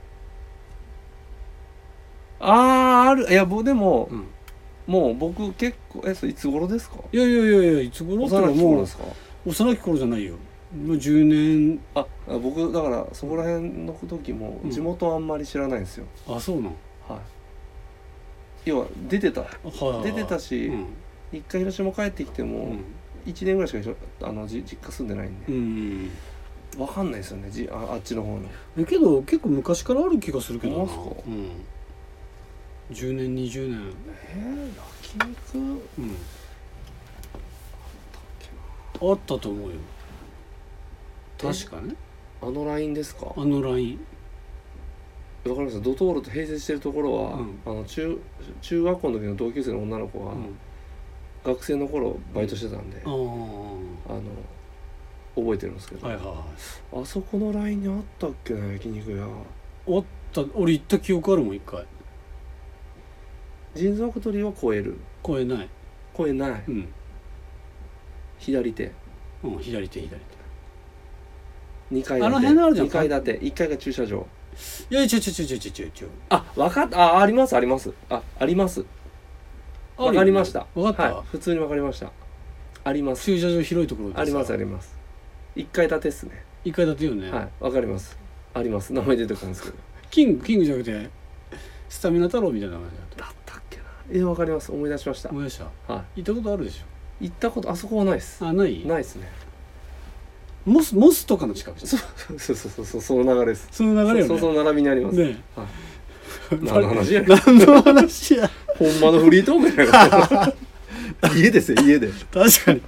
あああるいや僕でも、うん、もう僕結構えそれいつ頃ですか？ いやいやいやいやいつ頃って幼き頃ですか？ 幼き頃じゃないよもうじゅうねん。 あ僕だからそこら辺の時も地元あんまり知らないんですよ、 うん、あそうなん。 はい要は出てた、はい、出てたし、うん、一回広島帰ってきても、うんいちねんぐらいしかあの実家住んでないんで、うん、分かんないですよね あ, あっちの方に。 えけど結構昔からある気がするけどな。 ますか、うん、 じゅうねんにじゅうねん。 えー、焼肉、うん、 あったと思うよ確かね。 あのラインですか？ あのライン分かります。ドトールと併設してるところは、うん、あの 中, 中学校の時の同級生の女の子が、うん学生の頃バイトしてたんで、うん、あの覚えてるんですけど、はいはいはい、あそこのラインにあったっけな焼肉屋。 あった俺行った記憶あるもん一回。 人造鳥は超える超えない超えない、うん、左手うん左手左手にかい建てあの辺あるじゃん。 にかい建ていっかいが駐車場。 いやいやちょちょちょちょちょちょちょあ分かったあありますありますああります分かりました。 分かった、 はい、普通に分かりました。あります。 駐車場広いところでありますあります。いっかい建てっすね。 いっかい建てよね。 はい分かります。あります。名前出てくるんですけどキングキングじゃなくてスタミナ太郎みたいな名前だったっけな。いや分かります。思い出しました。 思い出した。 はい行ったことあるでしょ。 行ったことあそこはないです。 あ、ないないですね。 モスモスとかの近くじゃん。 そうそうそうそう、その流れです。 その流れよね。 そうそう、並びにありますね。はい、何の話や何の話やほんまのフリートークやから家ですよ、家で。 確かに。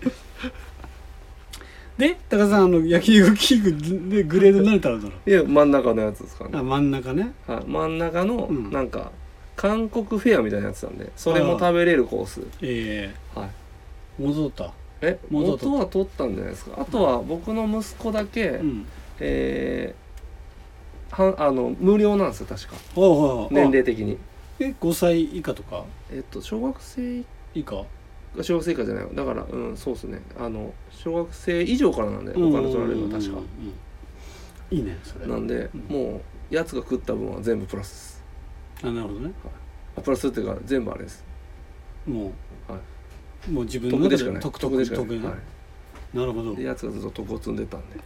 で高田さん、あの焼肉器具でグレードになれたらどうだろう。いや、真ん中のやつですかね。 あ、真ん中ね。 はい、真ん中の、 うん、 なんか韓国フェアみたいなやつなんで、それも食べれるコース。 ええー、 はい。 戻ったえ元は取ったんじゃないですか。あとは僕の息子だけ、うん、えー、はあの無料なんですよ確か。年齢的に。 えごさい以下とか。 えっと小学生以下小学生以下じゃないだから、うん、そうですね。あの小学生以上からなんでお金取られるのは確か。 いいねそれ。 なんで、うん、もうやつが食った分は全部プラスです。 あ、なるほどね。 はい、プラスっていうか全部あれです。 もう、はい、もう自分の得でしかない。 得得でしかない。はい、 なるほど。 でやつがずっと得を積んでたんで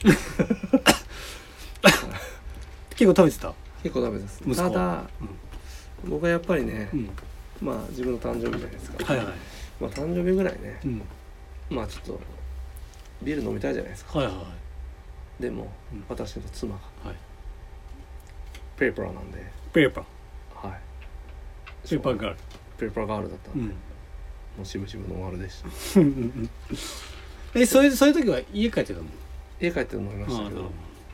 結構食べてた。 結構食べてます。ただ、うん、僕はやっぱりね、うん、まあ自分の誕生日じゃないですか。はいはい。まあ誕生日ぐらいね、うん、まあちょっとビール飲みたいじゃないですか。はいはい。でも、うん、私の妻が、はい、ペーパーなんで。 ペーパー。はい。 ペーパーガール。 ペーパーガールだったんで、うん、もうしぶしぶノンアルでした。 え、そういうそういう時は家帰ってたの？ 家帰って飲みましたけど。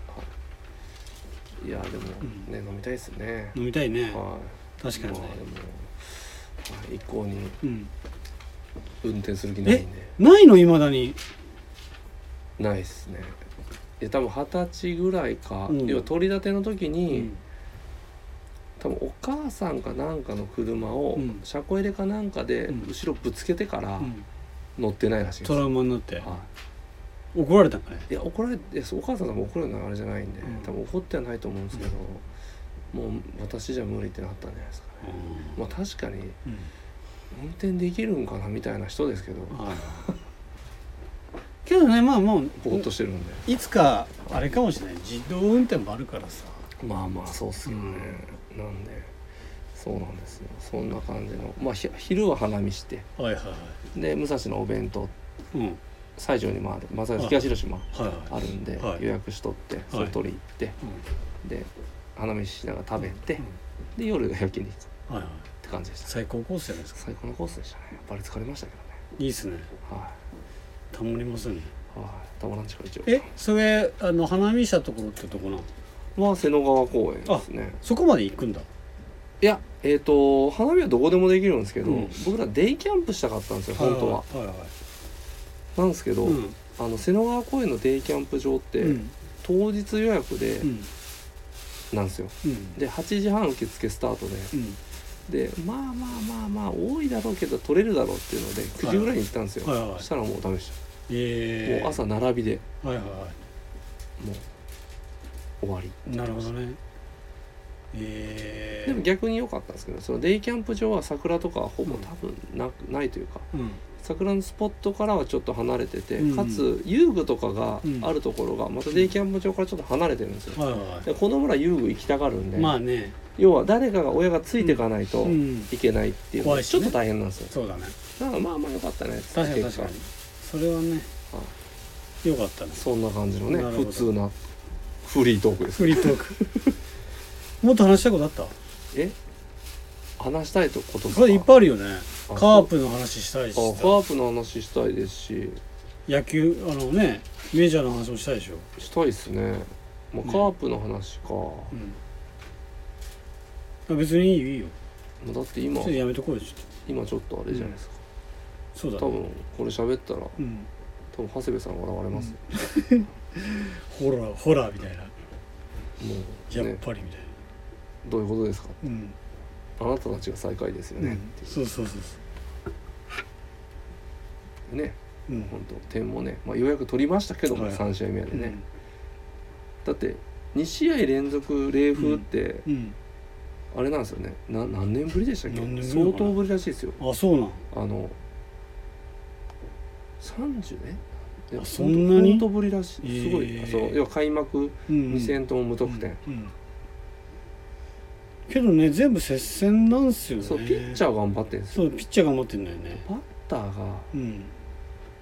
いやでもね、うん、飲みたいですね。 飲みたいね。 はい。 確かにね。 まあ、でも、はい、一向に運転する気ないんで。 え、ないの未だに？ ないですね。いや多分二十歳ぐらいか、うん、要は取り立ての時に、うん、多分お母さんかなんかの車を、うん、車庫入れかなんかで後ろぶつけてから乗ってないらしいです。 トラウマになって。 はい。 怒られたんかね。 いや怒られて、お母さんも怒るようなあれじゃないんで、うん、多分怒ってはないと思うんですけど、うん、もう私じゃ無理ってなったんじゃないですかね。うん、まあ確かに、うん、運転できるんかなみたいな人ですけど、 けどね、まあもうぼーっとしてるんで、 いつかあれかもしれない、自動運転もあるからさ。 まあまあそうっすよね、うん、なんでそうなんですよ。そんな感じの、まあ昼は花見して、はいはいはい、で武蔵のお弁当、うん、西条にもある、まさに東広島あるんで、はいはい、予約しとってそれ取り行って、はい、で花見しながら食べて、うん、で夜が焼肉、はいはい、って感じでした。 最高コースじゃないですか。 最高のコースでしたね。やっぱり疲れましたけどね。 いいっすね。はい、たまりませんね。 はい、たまらんちから一応。 え、それあの花見したところってどこなの？ まあ瀬野川公園ですね。 そこまで行くんだ。 いや、えっと花見はどこでもできるんですけど、うん、僕らデイキャンプしたかったんですよ本当は。はいはいはい、なんですけど、うん、あの瀬野川公園のデイキャンプ場って、うん、当日予約で、うん、なんですよ、うん、ではちじはん受付スタートで、うん、でまあまあまあまあ多いだろうけど取れるだろうっていうのでくじぐらいに行ったんですよ。はいはいはい、そしたらもうダメでした。えー、もう朝並びで、はいはいはい、もう終わり。 なるほどね。えー、 でも逆に良かったんですけど、そのデイキャンプ場は桜とかはほぼ多分 な,、うん、ないというか、うん、桜のスポットからはちょっと離れてて、うん、かつ遊具とかがあるところがまたデイキャンプ場からちょっと離れてるんですよ、うんはいはい、で子供ら遊具行きたがるんで、まあね、要は誰かが親がついていかないといけないっていうのはちょっと大変なんですよ、 そうだね。 だからまあまあ良かったね。 確かに確かにそれはね、はあ、良かったね。 そんな感じのね普通なフリートークです。 フリートークもっと話したいことあった？ え話したいとことかいっぱいあるよね。カープの話したいし、 カープの話したいですし、 野球あのねメジャーの話もしたいでしょ。 したいですね、まあ、カープの話か、 うん、別にいいよいいよ。 だって今ちょっとやめとこうよ。ちょっと今ちょっとあれじゃないですか、 うん、そうだ、ね、 多分これ喋ったら、うん、多分長谷部さん笑われます、 うん、ホラーホラーみたいな、もう、ね、やっぱりみたいな。 どういうことですか、うん、あなたたちが最下位ですよね、うん、っていう。 そうそうそうそうね、うん、本当点もね、まあ、ようやく取りましたけども、はい、さん試合目でね、うん、だってに試合連続零風って、うんうん、あれなんですよね。な何年ぶりでしたっけ？相当ぶりらしいですよ。 あ、そうなん。 あのさんじゅうねあ、そんなに相当ぶりらしい。すごい、えー、その要は開幕に戦とも無得点、うんうんうん、 けどね全部接戦なんすよね。 そうピッチャー頑張ってるんですよ。 そうピッチャー頑張ってるんだよね。 バッターが、うん、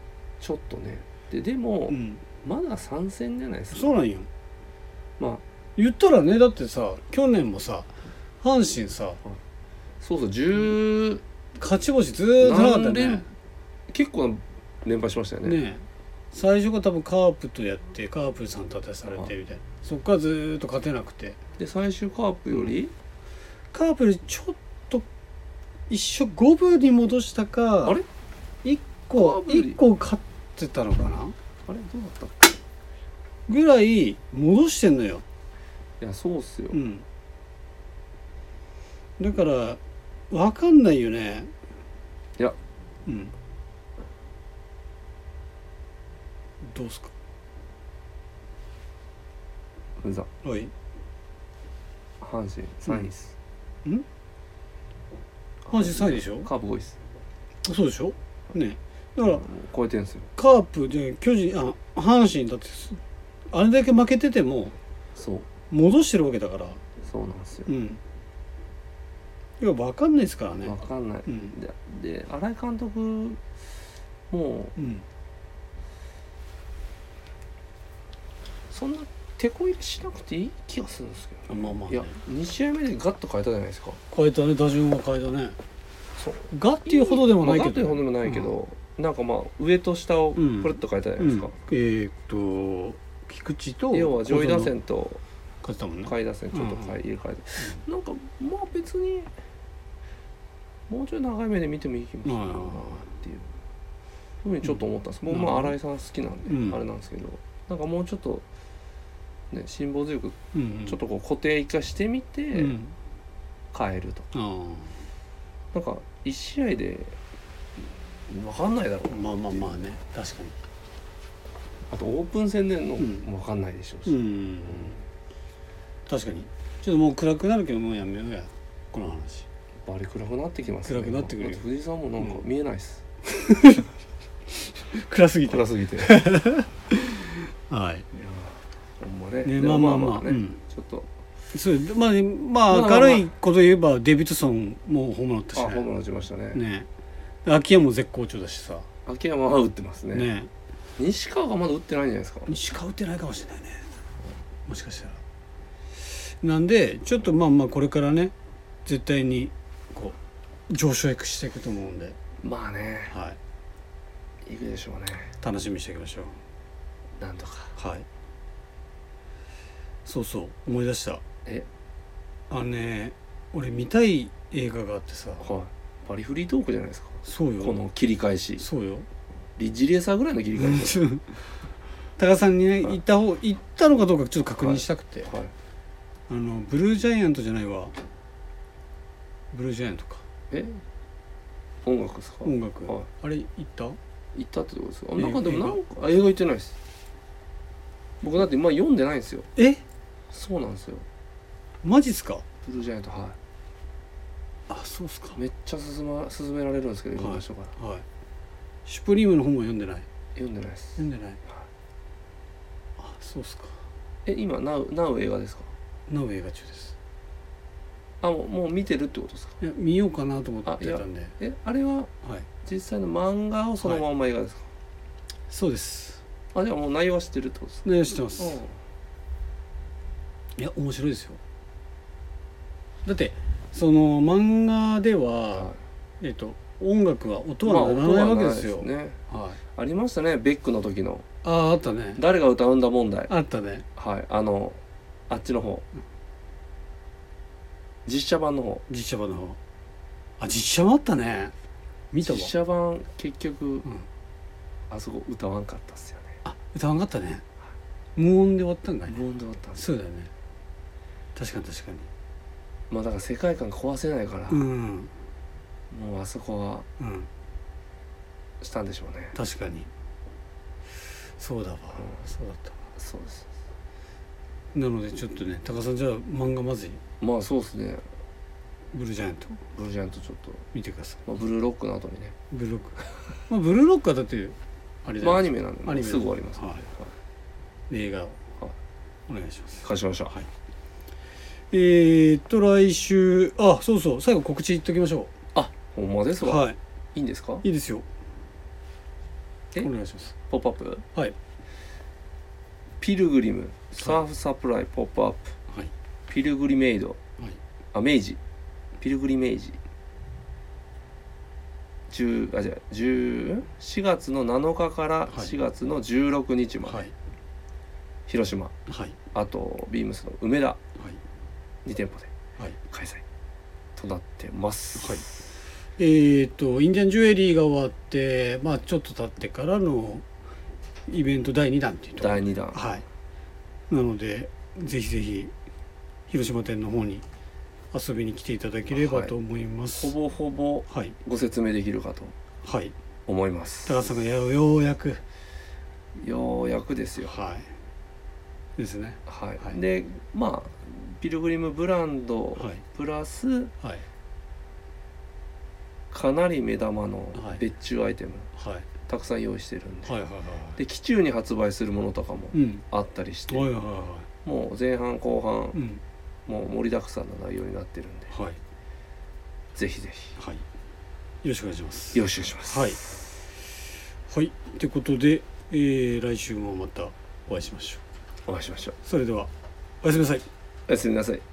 ちょっとねででも、 うん、 まだ参戦じゃないですか。 そうなんよ。 まあ言ったらね、だってさ去年もさ阪神さ、 そうそうじゅう勝ち星ずーっとなかったよね。 結構連敗しましたよね。 ね最初が多分カープとやってカープさんと立たされてみたいな、そっからずーっと勝てなくて、 で最終カープより、うん、 カープよりちょっと一緒五分に戻したか、 あれいっこいっこ勝ってたのかな、あれどうだったっけぐらい戻してんのよ。 いやそうっすよ、 うん、だから分かんないよね。 いやうんどうすかうざおい阪神さんいっす、 うん、ん阪神さんいでしょ。 カープごいっす。 そうでしょね。だから超えてんすよ。 カープで巨人あ阪神だってあれだけ負けててもそう戻してるわけだから。 そうなんですよ。 うんいや分かんないですからね。 分かんない、 うん、 で, で新井監督もう、うん、そんな手こ入れしなくていい気がするんですけど、 まあまあ、ね、 いやに試合目でガッと変えたじゃないですか。 変えたね、打順は変えたね。 そうガッっていうほどでもないけど、 ガッっていうほどでもないけど、うん、なんかまあ上と下をプルッと変えたじゃないですか、 うんうん、えー、っと菊池と要は上位打線と勝ったもんね。 下位打線ちょっと変え、入れ替えて、うん、なんかまあ別にもうちょい長い目で見てもいい気もするなっていうふうにちょっと思ったんです、うん、僕まあ新井さん好きなんで、うん、あれなんですけど、なんかもうちょっとね辛抱強くちょっとこう固定化してみて変えると、うん、なんかいち試合で分かんないだろう。 まあまあまあね、確かに。 あとオープン戦でのも分かんないでしょうし、うんうん、 確かに。ちょっともう暗くなるけどもうやめようやこの話。 バリ暗くなってきますね。暗くなってくるよ。 藤井さんもなんか見えないっす、 うん、暗すぎて暗すぎてはい。 いやほんまね。 ね、まあまあまあ、うん、 ちょっとそうまあまあ明るいこと言えばデビッドソンもホームラン打ったしね。 あホームラン打ちましたね。 ね。秋山も絶好調だしさ。 秋山は打ってますね。 ね。 西川がまだ打ってないんじゃないですか。 西川打ってないかもしれないね。もしかしたら。なんでちょっとまあまあこれからね絶対にこう上昇していくと思うんで。 まあね。 はい。 いくでしょうね。 楽しみにしていきましょう。なんとか。 はい。そうそう思い出した。 え。 あのね俺見たい映画があってさ。 はい。バリフリートークじゃないですか。 そうよ。 この切り返し。 そうよ。 リッジレーサーぐらいの切り返し。 高さんにね、はい、行った方行ったのかどうかちょっと確認したくて、 はいはい、 あのブルージャイアントじゃないわ。ブルージャイアントか。 え？音楽ですか？ 音楽。はい、あれ行った？ 行ったってことですか？なんかでもなんか映画行ってないです。僕だってまあ読んでないんですよ。 え？ そうなんですよ。 マジっすか？ ブルージャイアントはい。 あ、そうっすか。 めっちゃ勧め、勧められるんですけど、いろんな人から。 はい。シュプリームの本も読んでない。 読んでないです。 読んでない。はい、あ、そうっすか。 え、今ナウナウ映画ですか？ ナウ映画中です。 あ、もうもう見てるってことですか？ いや見ようかなと思ってたんで。 え、あれは、はい、実際の漫画をそのまんま映画ですか？はい、 そうです。 あ、じゃあもう内容は知ってるってことですか？ 内容知ってます。いや面白いですよ。だってその漫画では、はい、えっと音楽は音は鳴らないわけですよ。 まあ、ね、はい、ありましたね、ベックの時の。 ああ、あったね。 誰が歌うんだ問題。 あったね。 はい、あのあっちの方、うん、実写版の方。 実写版の方。あ、実写もあったね。見たわ。 実写版結局、うん、あそこ歌わんかったっすよね。 あ、歌わんかったね。無音で終わったんかいね。 無音で終わったんです。 そうだよね。確かに確かに。 まあだから世界観壊せないから、うん、もうあそこは、うん、したんでしょうね。 確かにそうだわ、うん、そうだったわ。 そうです。 なのでちょっとね、高さんじゃあ漫画まずい。 まあそうですね。 ブルージャイアントブルージャイアントちょっと見てください。 まあ、ブルーロックの後にね。 ブルーロックまあブルーロックはだってあれじゃないですか。 まあアニメなんで、ね、すぐ終わります、ね。はい。はい、 映画を、はい、お願いします。 貸しました。はい。 えーっと来週、あ、そうそう、最後告知言っときましょう。 あ、ほんまですわ。はい。いいんですか？ いいですよ。 お願いします。 ポップアップ、 はい、 ピルグリムサーフサプライポップアップ、 はい、 ピルグリメイド、 はい、 あ明治ピルグリメイジじゅうあじゃあじゅうしがつのなのかからしがつのじゅうろくにちまで、はい、広島、はい、あとビームスの梅田、はい、にてんぽで開催となってます、 はい、えーとインディアンジュエリーが終わって、まあ、ちょっと経ってからのイベントだいにだんっていうとだいにだん、 はい、なのでぜひぜひ広島店の方に遊びに来ていただければと思います、 はい、ほぼほぼご説明できるかと思います、 はい、高橋さんがようやくようやくですよ、 はいですね、 はいはい、でまあピルグリムブランドプラス、はい、かなり目玉の別注アイテム、はい、たくさん用意してるんで、はいはいはい、で期中に発売するものとかもあったりして、うんはいはいはい、もう前半後半、うん、もう盛りだくさんの内容になってるんで、はい、ぜひぜひ、はい、よろしくお願いします。 よろしくお願いします。 はい、はい、ということで、えー、来週もまたお会いしましょう。 お会いしましょう。 それではおやすみなさい。 おやすみなさい。